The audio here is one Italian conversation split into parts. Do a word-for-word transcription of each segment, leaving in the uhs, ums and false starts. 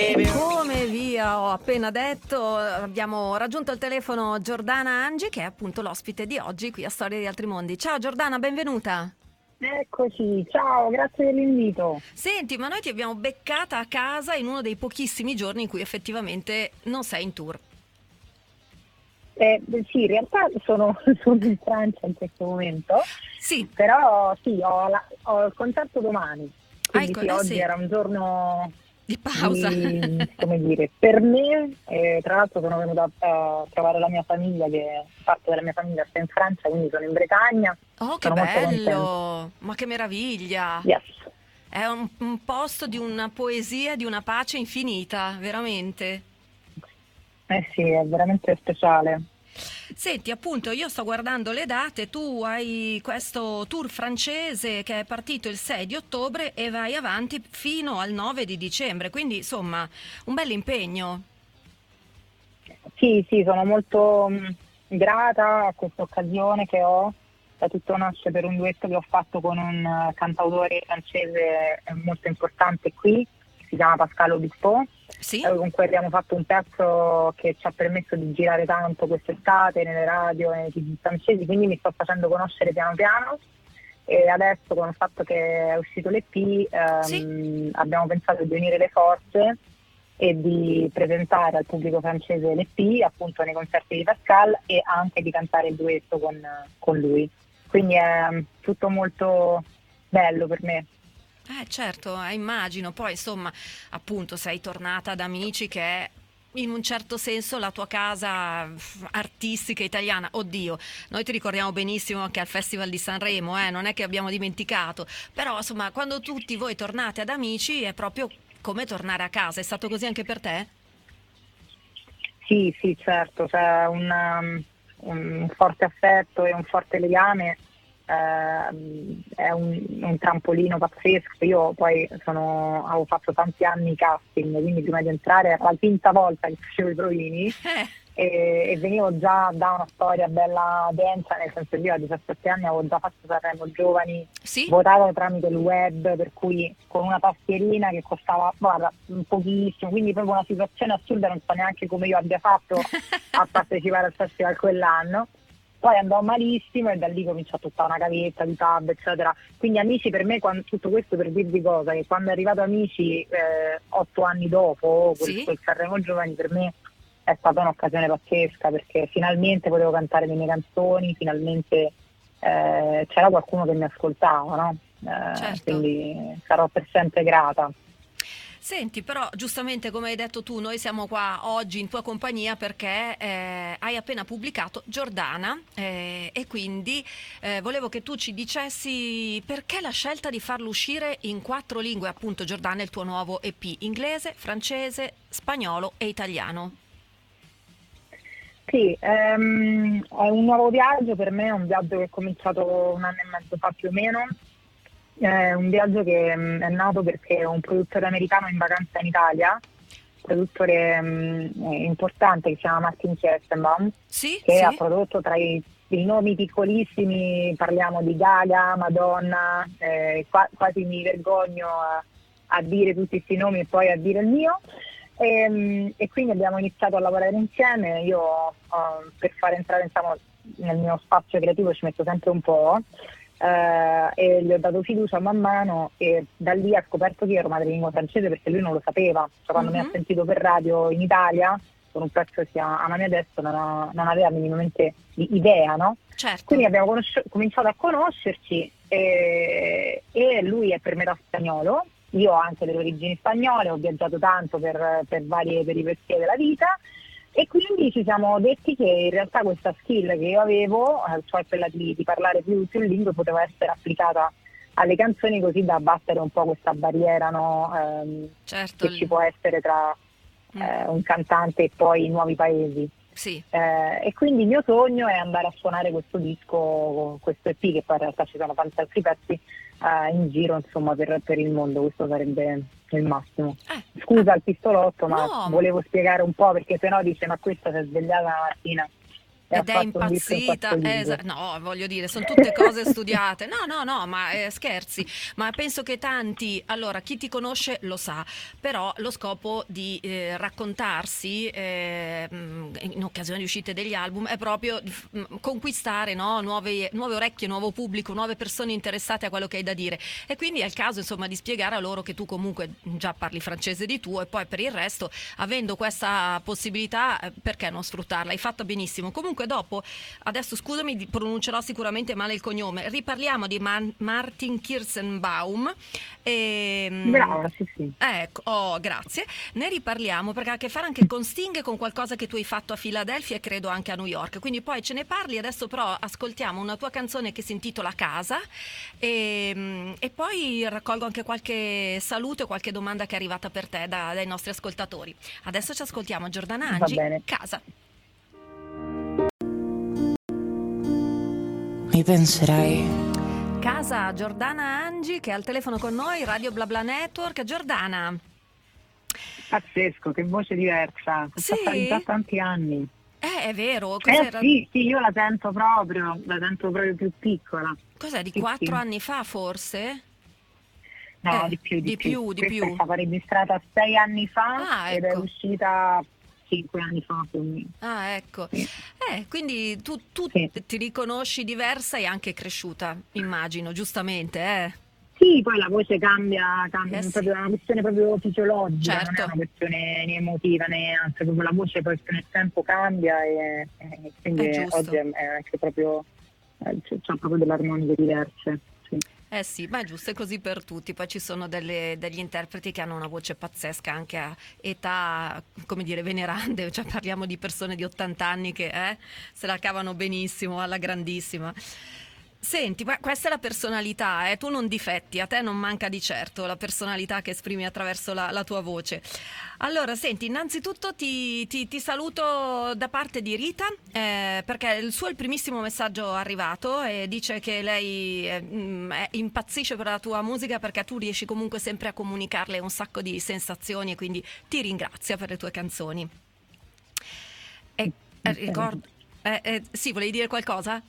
baby. Come via ho appena detto, abbiamo raggiunto al telefono Giordana Angi, che è appunto l'ospite di oggi qui a Storie di Altri Mondi. Ciao Giordana, benvenuta. Eccoci, ciao, grazie dell'invito. Senti, ma noi ti abbiamo beccata a casa in uno dei pochissimi giorni in cui effettivamente non sei in tour. Eh, sì, in realtà sono, sono in Francia in questo momento, Sì. però sì, ho, la, ho il concerto domani, quindi ecco, sì, eh oggi sì. era un giorno Di pausa. di, come dire, per me, eh, tra l'altro sono venuta a trovare la mia famiglia, che parte della mia famiglia sta in Francia, quindi sono in Bretagna. Oh, che sono molto contenta. bello! Ma che meraviglia! Yes. È un, un posto di una poesia, di una pace infinita, veramente. Eh sì, è veramente speciale. Senti, appunto, io sto guardando le date, tu hai questo tour francese che è partito il sei di ottobre e vai avanti fino al nove di dicembre, quindi insomma un bel impegno. Sì, sì, sono molto mh, grata a questa occasione che ho. Da tutto nasce per un duetto che ho fatto con un uh, cantautore francese eh, molto importante qui, che si chiama Pascal Obispo, Sì? eh, con cui abbiamo fatto un pezzo che ci ha permesso di girare tanto quest'estate nelle radio e nei tivù francesi, quindi mi sto facendo conoscere piano piano. E adesso, con il fatto che è uscito l'E P, ehm, Sì? abbiamo pensato di unire le forze e di presentare al pubblico francese l'E P appunto nei concerti di Pascal e anche di cantare il duetto con, con lui. Quindi è um, tutto molto bello per me. Eh certo, eh, immagino, poi insomma appunto sei tornata ad Amici che è in un certo senso la tua casa f- artistica italiana. Oddio, noi ti ricordiamo benissimo anche al Festival di Sanremo, eh, non è che abbiamo dimenticato, però insomma quando tutti voi tornate ad Amici è proprio come tornare a casa. È stato così anche per te? Sì, sì, certo, c'è un, um, un forte affetto e un forte legame, eh, è un, un trampolino pazzesco. Io poi sono, avevo fatto tanti anni casting, quindi prima di entrare era la quinta volta che facevo i provini Eh, e, e venivo già da una storia bella densa, nel senso che io a diciassette anni avevo già fatto Sanremo Giovani, sì? votavo tramite il web, per cui con una tastierina che costava guarda, un pochissimo, quindi proprio una situazione assurda, non so neanche come io abbia fatto a partecipare al festival quell'anno. Poi andò malissimo e da lì cominciò tutta una gavetta di pub, eccetera. Quindi Amici per me, quando, tutto questo per dirvi cosa, che quando è arrivato Amici eh, otto anni dopo, quel, Sì? quel Sanremo Giovani, per me è stata un'occasione pazzesca, perché finalmente potevo cantare le mie canzoni, finalmente eh, c'era qualcuno che mi ascoltava, no? Eh, Certo. quindi sarò per sempre grata. Senti, però giustamente come hai detto tu, noi siamo qua oggi in tua compagnia perché eh, hai appena pubblicato Giordana eh, e quindi eh, volevo che tu ci dicessi perché la scelta di farlo uscire in quattro lingue, appunto Giordana è il tuo nuovo E P, inglese, francese, spagnolo e italiano. Sì, ehm, è un nuovo viaggio per me, è un viaggio che è cominciato un anno e mezzo fa più o meno. È un viaggio che mh, è nato perché un produttore americano in vacanza in Italia, un produttore mh, importante che si chiama Martin Kestenbaum, Sì, che ha sì. prodotto tra i, i nomi piccolissimi, parliamo di Gaga, Madonna, eh, qua- quasi mi vergogno a, a dire tutti questi nomi e poi a dire il mio. E, mh, e quindi abbiamo iniziato a lavorare insieme. Io uh, per fare entrare insomma, nel mio spazio creativo ci metto sempre un po'. Uh, e gli ho dato fiducia man mano e da lì ha scoperto che ero madrelingua francese perché lui non lo sapeva, cioè quando mi ha Mhm. sentito per radio in Italia con un pezzo che si chiama Amami adesso non, ha- non aveva minimamente i- idea, no? Certo. Quindi abbiamo conosci- cominciato a conoscerci e, e lui è per metà spagnolo, io ho anche delle origini spagnole, ho viaggiato tanto per, per varie peripezie della vita e quindi ci siamo detti che in realtà questa skill che io avevo, eh, cioè quella di, di parlare più, più lingue, poteva essere applicata alle canzoni così da abbattere un po' questa barriera, no, ehm, Certo. che ci può il- essere tra mm, eh, un cantante e poi i nuovi paesi. Sì. Eh, e quindi il mio sogno è andare a suonare questo disco, questo E P, che poi in realtà ci sono tanti altri pezzi eh, in giro insomma per, per il mondo, questo sarebbe il massimo. Eh, ah, Scusa il pistolotto, ma no. volevo spiegare un po' perché sennò dice ma questa si è svegliata la mattina e ha ed è fatto un disco in impazzita, quattro esa- lingue. no, voglio dire, sono tutte cose studiate. No, no, no, ma eh, scherzi. Ma penso che tanti, allora, chi ti conosce lo sa, però lo scopo di eh, raccontarsi eh, mh, in occasione di uscite degli album è proprio mh, conquistare, no, nuove, nuove orecchie, nuovo pubblico, nuove persone interessate a quello che hai da dire. E quindi è il caso, insomma, di spiegare a loro che tu comunque già parli francese di tuo e poi per il resto, avendo questa possibilità, eh, perché non sfruttarla? Hai fatto benissimo. Comunque dopo, adesso scusami, di- pronuncerò sicuramente male il cognome, riparliamo di Man- Martin Kirsenbaum. E, Brava, sì, sì. ecco, oh, grazie. Ne riparliamo perché ha a che fare anche con Sting e con qualcosa che tu hai fatto a Filadelfia e credo anche a New York. Quindi poi ce ne parli. Adesso però ascoltiamo una tua canzone che si intitola Casa e, e poi raccolgo anche qualche saluto e qualche domanda che è arrivata per te da- dai nostri ascoltatori. Adesso ci ascoltiamo Giordana Va Angi, bene. Casa. Mi penserai, Casa Giordana Angi che è al telefono con noi, Radio BlaBla Network. Giordana. Pazzesco, che voce diversa. Sono Sì? passati già tanti anni. Eh, è vero. Eh Cos'era? sì, sì, io la sento proprio, la sento proprio più piccola. Cos'è, di Sì, quattro sì. anni fa forse? No, Eh, di più, di, di più, di Questa più. è stata registrata sei anni fa Ah, ed è ecco. uscita cinque anni fa più o meno. Ah, ecco. Sì. Eh, quindi tu, tu Sì. ti riconosci diversa e anche cresciuta, immagino, giustamente, eh? Sì, poi la voce cambia, cambia Eh sì. proprio, è una questione proprio fisiologica, non è Certo. una questione né emotiva né altro, proprio la voce poi nel tempo cambia e, e quindi È giusto. oggi è, è anche proprio, eh, c'è, c'è proprio delle armoniche diverse. Sì. Eh sì, ma è giusto, è così per tutti. Poi ci sono delle- degli interpreti che hanno una voce pazzesca anche a età, come dire, venerande, cioè parliamo di persone di ottanta anni che eh, se la cavano benissimo, alla grandissima. Senti, ma questa è la personalità, eh? Tu non difetti, a te non manca di certo la personalità che esprimi attraverso la, la tua voce. Allora, senti, innanzitutto ti, ti- ti saluto da parte di Rita, eh, perché il suo è il primissimo messaggio arrivato e dice che lei eh, mm, è- impazzisce per la tua musica perché tu riesci comunque sempre a comunicarle un sacco di sensazioni e quindi ti ringrazia per le tue canzoni. E eh, ricordo... eh, eh, sì, volevi dire qualcosa?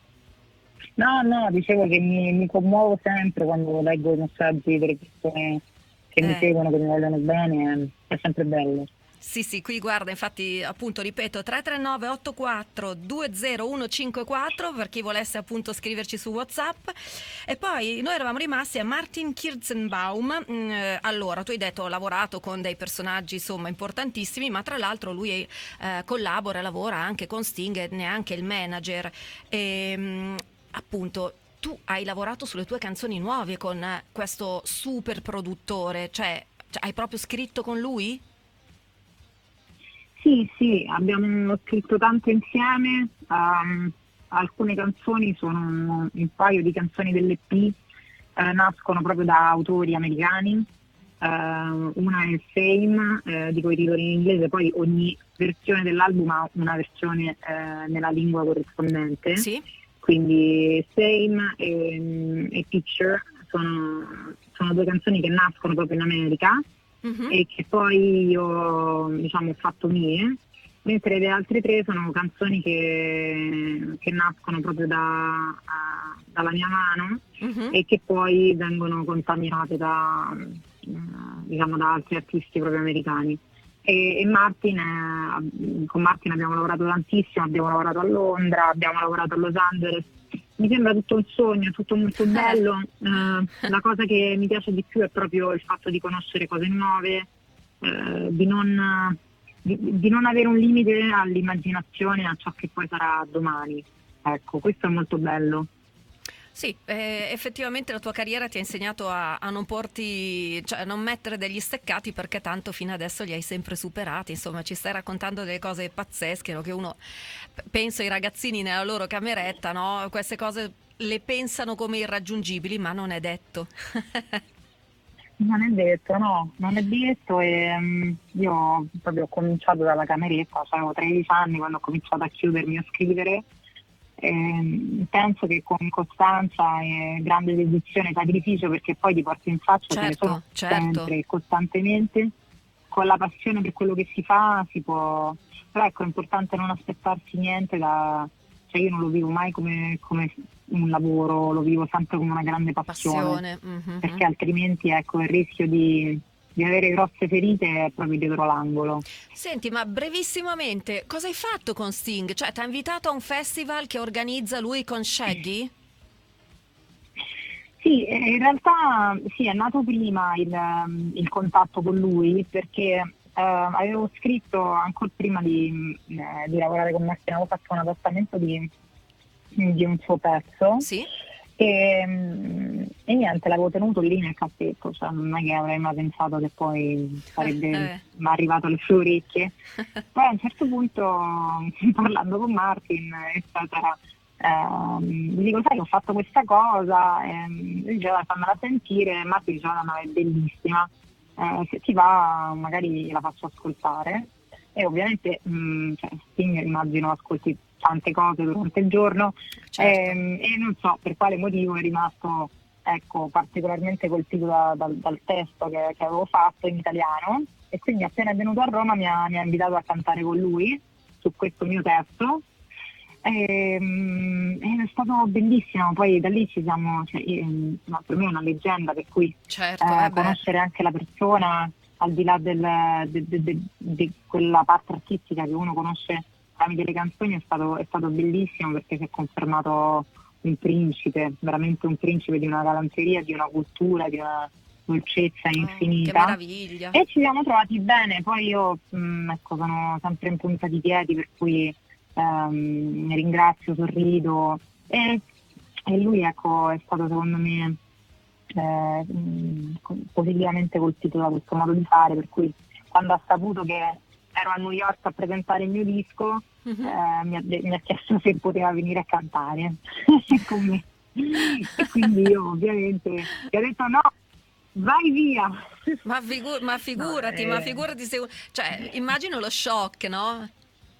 No, no, dicevo che mi, mi commuovo sempre quando leggo i messaggi delle persone che mi Eh. seguono, che mi vogliono bene, è sempre bello. Sì, sì, qui guarda, infatti appunto ripeto tre tre nove otto quattro due zero uno cinque quattro per chi volesse appunto scriverci su WhatsApp. E poi noi eravamo rimasti a Martin Kirzenbaum. Mm, eh, allora, tu hai detto ho lavorato con dei personaggi insomma importantissimi, ma tra l'altro lui eh, collabora, lavora anche con Sting, e ne è anche il manager. E, mm, appunto tu hai lavorato sulle tue canzoni nuove con eh, questo super produttore, cioè, cioè hai proprio scritto con lui? Sì, sì, abbiamo scritto tanto insieme, ehm, alcune canzoni sono un paio di canzoni dell'E P, eh, nascono proprio da autori americani, eh, una è Same, eh, dico i titoli in inglese, poi ogni versione dell'album ha una versione eh, nella lingua corrispondente, Sì. quindi Same e, e Picture sono, sono due canzoni che nascono proprio in America Mhm. e che poi io diciamo ho fatto mie, mentre le altre tre sono canzoni che, che nascono proprio da, a- dalla mia mano Mhm. e che poi vengono contaminate da, eh, diciamo, da altri artisti proprio americani. E, e Martin, eh, con Martin abbiamo lavorato tantissimo, abbiamo lavorato a Londra, abbiamo lavorato a Los Angeles. Mi sembra tutto un sogno, tutto molto bello. Eh, la cosa che mi piace di più è proprio il fatto di conoscere cose nuove, eh, di, non, di, di non avere un limite all'immaginazione, a ciò che poi sarà domani. Ecco, questo è molto bello. Sì, eh, effettivamente la tua carriera ti ha insegnato a, a non porti, cioè a non mettere degli steccati perché tanto fino adesso li hai sempre superati. Insomma, ci stai raccontando delle cose pazzesche, no? Che uno p- pensa ai ragazzini nella loro cameretta, no? Queste cose le pensano come irraggiungibili, ma non è detto. Non è detto, no, non è detto e mm, io proprio ho cominciato dalla cameretta, cioè avevo tredici anni quando ho cominciato a chiudermi a scrivere. E penso che con costanza e grande dedizione e sacrificio, perché poi ti porti in faccia, ce ne Certo, sono certo. sempre e costantemente, con la passione per quello che si fa si può, però ecco, è importante non aspettarsi niente da, cioè io non lo vivo mai come, come un lavoro, lo vivo sempre come una grande passione, passione. Mm-hmm. perché altrimenti ecco il rischio di, di avere grosse ferite è proprio dietro l'angolo. Senti, ma brevissimamente, cosa hai fatto con Sting? Cioè, ti ha invitato a un festival che organizza lui con Shaggy? Sì, eh, in realtà sì, è nato prima il, ehm, il contatto con lui perché eh, avevo scritto ancora prima di, eh, di lavorare con Martin, avevo fatto un adattamento di, di un suo pezzo Sì. e, mm, e niente, l'avevo tenuto lì nel cassetto, cioè non è che avrei mai pensato che poi sarebbe Eh. arrivato alle sue orecchie. Poi a un certo punto, parlando con Martin, eccetera, ehm, gli dico, sai, ho fatto questa cosa, e lui diceva, fammela sentire, Martin diceva, no, è bellissima, eh, se ti va magari la faccio ascoltare. E ovviamente mh, cioè, Sting immagino ascolti tante cose durante il giorno, Certo. ehm, e non so per quale motivo è rimasto ecco, particolarmente colpito da- dal, dal testo che, che avevo fatto in italiano, e quindi appena è venuto a Roma mi ha, mi ha invitato a cantare con lui su questo mio testo. Ehm, ed è stato bellissimo, poi da lì ci siamo, cioè, ehm, no, per me è una leggenda, per cui Certo, eh, eh beh. conoscere anche la persona al di là del, de- de- de- di quella parte artistica che uno conosce tramite le canzoni è stato, è stato bellissimo, perché si è confermato un principe, veramente un principe di una galanteria, di una cultura, di una dolcezza Oh, che infinita, meraviglia. e ci siamo trovati bene. Poi io mh, ecco, sono sempre in punta di piedi, per cui ehm, ringrazio, sorrido, e, e lui ecco, è stato secondo me eh, mh, positivamente colpito da questo modo di fare, per cui quando ha saputo che ero a New York a presentare il mio disco, Mhm. eh, mi, ha, de- mi ha chiesto se poteva venire a cantare con me, e quindi io ovviamente gli ho detto no, vai via. Ma, figu- ma No, figurati, ma eh, figurati se... Cioè, immagino lo shock, no?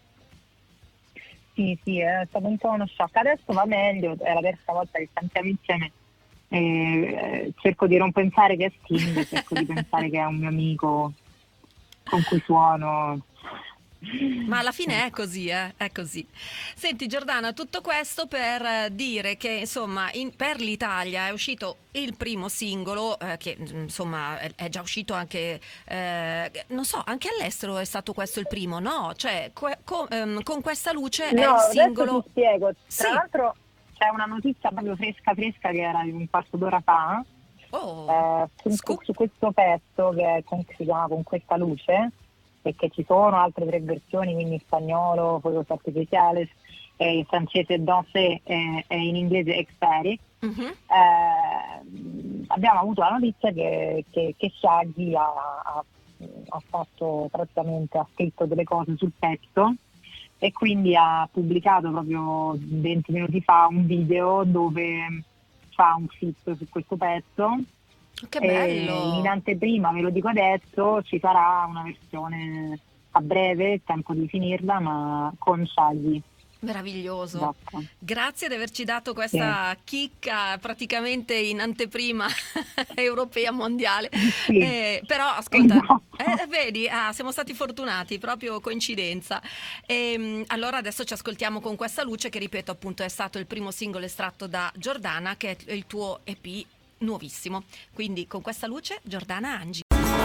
sì, sì, è stato un po' uno shock. Adesso va meglio, è la terza volta che cantiamo insieme. Eh, cerco di non pensare che è Sting, cerco di pensare che è un mio amico con cui suono. Ma alla fine è così, eh? È così. Senti Giordana, tutto questo per eh, dire che insomma in- per l'Italia è uscito il primo singolo, eh, che mm, insomma è, è già uscito anche, eh, non so, anche all'estero è stato questo il primo, no? Cioè que- co- ehm, con questa luce è No, il adesso ti singolo... spiego. Tra Sì. l'altro c'è una notizia proprio fresca fresca che era di un quarto d'ora fa, Oh, eh, su, scoop. su questo pezzo che è con, si chiama Con questa luce, e che ci sono altre tre versioni, quindi in spagnolo, Fuegos Artificiales, e in francese Danse, e, e in inglese Experi. Mhm. Eh, abbiamo avuto la notizia che, che, che Shaggy ha, ha, ha fatto praticamente, ha scritto delle cose sul pezzo, e quindi ha pubblicato proprio venti minuti fa un video dove fa un feat su questo pezzo. Che E in bello. anteprima, ve lo dico adesso, ci sarà una versione a breve, tempo di finirla, ma con Shaggy. Meraviglioso. Esatto. Grazie di averci dato Sì. questa chicca praticamente in anteprima europea mondiale. Sì, Eh, però ascolta, esatto. eh, vedi, ah, siamo stati fortunati, proprio coincidenza. Ehm, allora adesso ci ascoltiamo Con questa luce, che ripeto appunto è stato il primo singolo estratto da Giordana, che è il tuo E P nuovissimo. Quindi Con questa luce, Giordana Angi.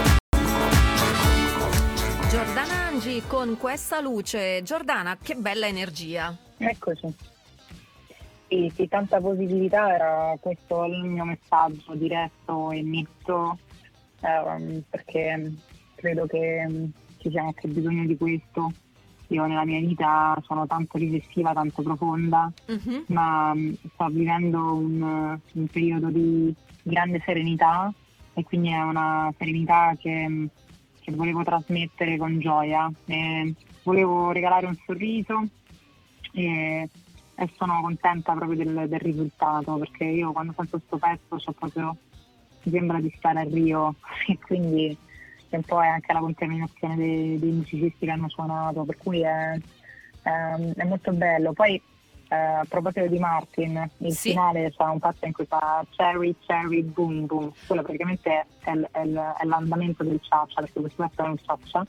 Giordana Angi con questa luce. Giordana, che bella energia. Eccoci. Sì, sì, tanta positività, era questo il mio messaggio diretto e netto, ehm, perché credo che mm, ci sia anche bisogno di questo. Io nella mia vita sono tanto riflessiva, tanto profonda, Mhm. ma mm, sto vivendo un, un periodo di grande serenità, e quindi è una serenità che, mm, che volevo trasmettere con gioia. E volevo regalare un sorriso, e, e sono contenta proprio del, del risultato, perché io quando sento questo pezzo c'ho proprio, mi sembra di stare a Rio e quindi un po' è anche la contaminazione dei, dei musicisti che hanno suonato, per cui è, è- è molto bello. Poi eh, a proposito di Martin, il Sì. finale c'è un pezzo in cui fa cherry cherry boom boom, quello praticamente è, l- è l- è l'andamento del cha-cha, perché questo pezzo è un cha-cha.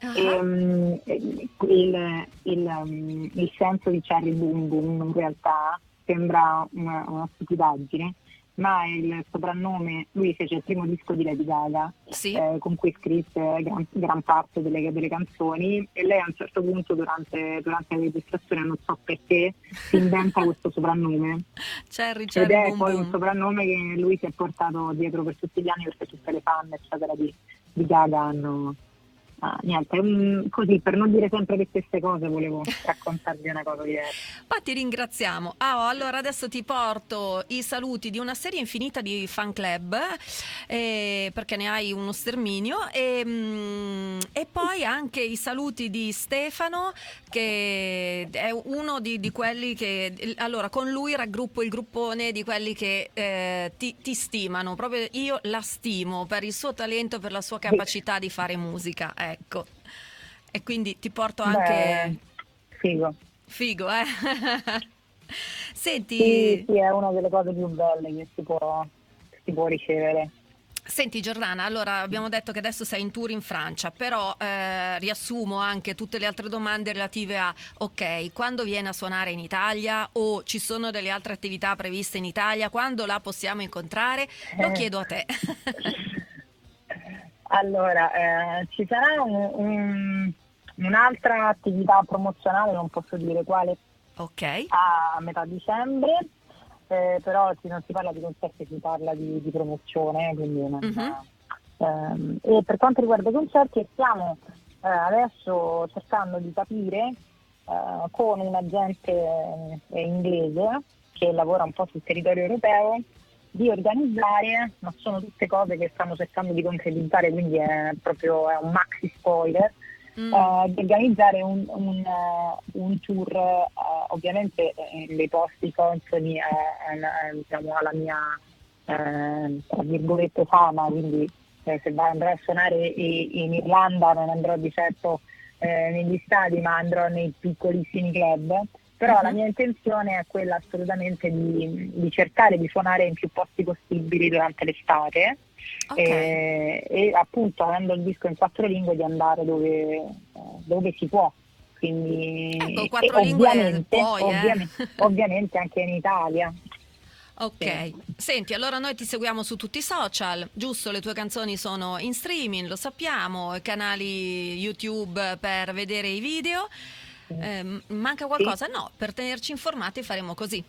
E, um, il, il, um, il senso di Cherry Boom Boom in realtà sembra una, una stupidaggine, ma il soprannome, lui fece il primo disco di Lady Gaga, sì. eh, con cui scrisse gran, gran parte delle, delle canzoni, e lei a un certo punto durante, durante la registrazione, non so perché, si inventa questo soprannome. Cherry, Cherry, ed è boom, poi boom. un soprannome che lui si è portato dietro per tutti gli anni, perché tutte le fan eccetera di, di Gaga hanno... Ah, niente, um, così per non dire sempre le stesse cose volevo raccontarvi una cosa diversa. Ma ti ringraziamo. Ah, oh, allora adesso ti porto i saluti di una serie infinita di fan club, eh, perché ne hai uno sterminio, e, mm, e poi anche i saluti di Stefano, che è uno di, di quelli che, allora con lui raggruppo il gruppone di quelli che eh, ti, ti stimano, proprio io la stimo per il suo talento, per la sua capacità di fare musica, ecco. E quindi ti porto anche... Beh, figo. Figo, eh? Senti... Sì, sì, è una delle cose più belle che si può, si può ricevere. Senti Giordana, allora abbiamo detto che adesso sei in tour in Francia, però eh, riassumo anche tutte le altre domande relative a, ok, quando viene a suonare in Italia, o ci sono delle altre attività previste in Italia, quando la possiamo incontrare? Lo chiedo a te. Allora, eh, ci sarà un, un, un'altra attività promozionale, non posso dire quale, ok, a metà dicembre, eh, però si, non si parla di concerti, si parla di, di promozione, quindi non, uh-huh. ehm, e per quanto riguarda i concerti stiamo eh, adesso cercando di capire eh, con un agente eh, inglese che lavora un po' sul territorio europeo, di organizzare, ma sono tutte cose che stanno cercando di concretizzare, quindi è proprio è un maxi spoiler, mm. eh, di organizzare un, un, uh, un tour, uh, ovviamente eh, nei posti consoni eh, eh, diciamo, alla mia eh, tra virgolette fama, quindi eh, se andrò a suonare in Irlanda non andrò di certo eh, negli stadi, ma andrò nei piccolissimi club. Però uh-huh. la mia intenzione è quella assolutamente di, di cercare di suonare in più posti possibili durante l'estate, okay. e, e appunto avendo il disco in quattro lingue di andare dove, dove si può. Quindi ecco, quattro lingue ovviamente, puoi, ovviamente, eh? ovviamente anche in Italia. Ok, sì. Senti, allora noi ti seguiamo su tutti i social, giusto? Le tue canzoni sono in streaming, lo sappiamo, canali YouTube per vedere i video. Eh, manca qualcosa? Sì. No, per tenerci informati faremo così.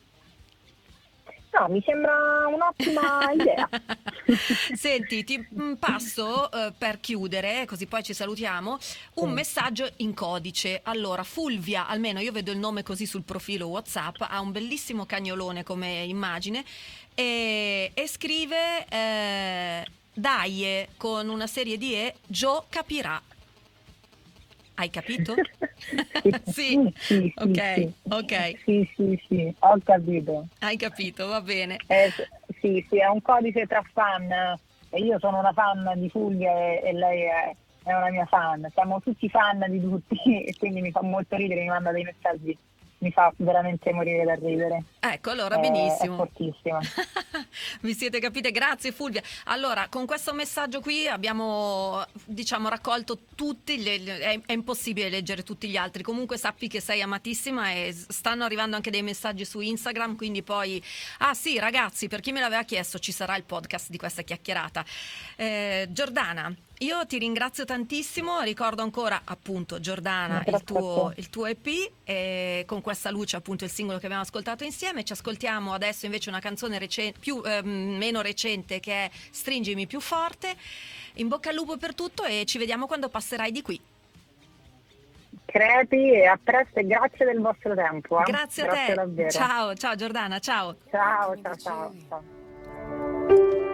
No, mi sembra un'ottima idea. Senti, ti passo eh, per chiudere, così poi ci salutiamo, un mm. messaggio in codice. Allora, Fulvia, almeno io vedo il nome così sul profilo WhatsApp, ha un bellissimo cagnolone come immagine e, e scrive eh, dai, con una serie di E, Gio capirà. Hai capito? sì. sì, sì, ok, sì. ok. Sì, sì, sì, ho capito. Hai capito, va bene. Eh, sì, sì, è un codice tra fan. E io sono una fan di Fulvia e, e lei è, è una mia fan. Siamo tutti fan di tutti e quindi mi fa molto ridere, mi manda dei messaggi. Mi fa veramente morire da ridere. Ecco, allora è, benissimo. È fortissima. Vi siete capite? Grazie Fulvia. Allora, con questo messaggio qui abbiamo, diciamo, raccolto tutti, gli, è, è impossibile leggere tutti gli altri. Comunque sappi che sei amatissima e stanno arrivando anche dei messaggi su Instagram, quindi poi... Ah sì, ragazzi, per chi me l'aveva chiesto, ci sarà il podcast di questa chiacchierata. Eh, Giordana, io ti ringrazio tantissimo, ricordo ancora appunto Giordana, il tuo, il tuo E P, e con questa luce appunto il singolo che abbiamo ascoltato insieme. Ci ascoltiamo adesso invece una canzone recente, più, eh, meno recente, che è Stringimi più forte. In bocca al lupo per tutto e ci vediamo quando passerai di qui. Crepi, e a presto e grazie del vostro tempo. Eh? Grazie a grazie te, davvero. Ciao, ciao Giordana, ciao. Ciao, ciao, ciao. ciao.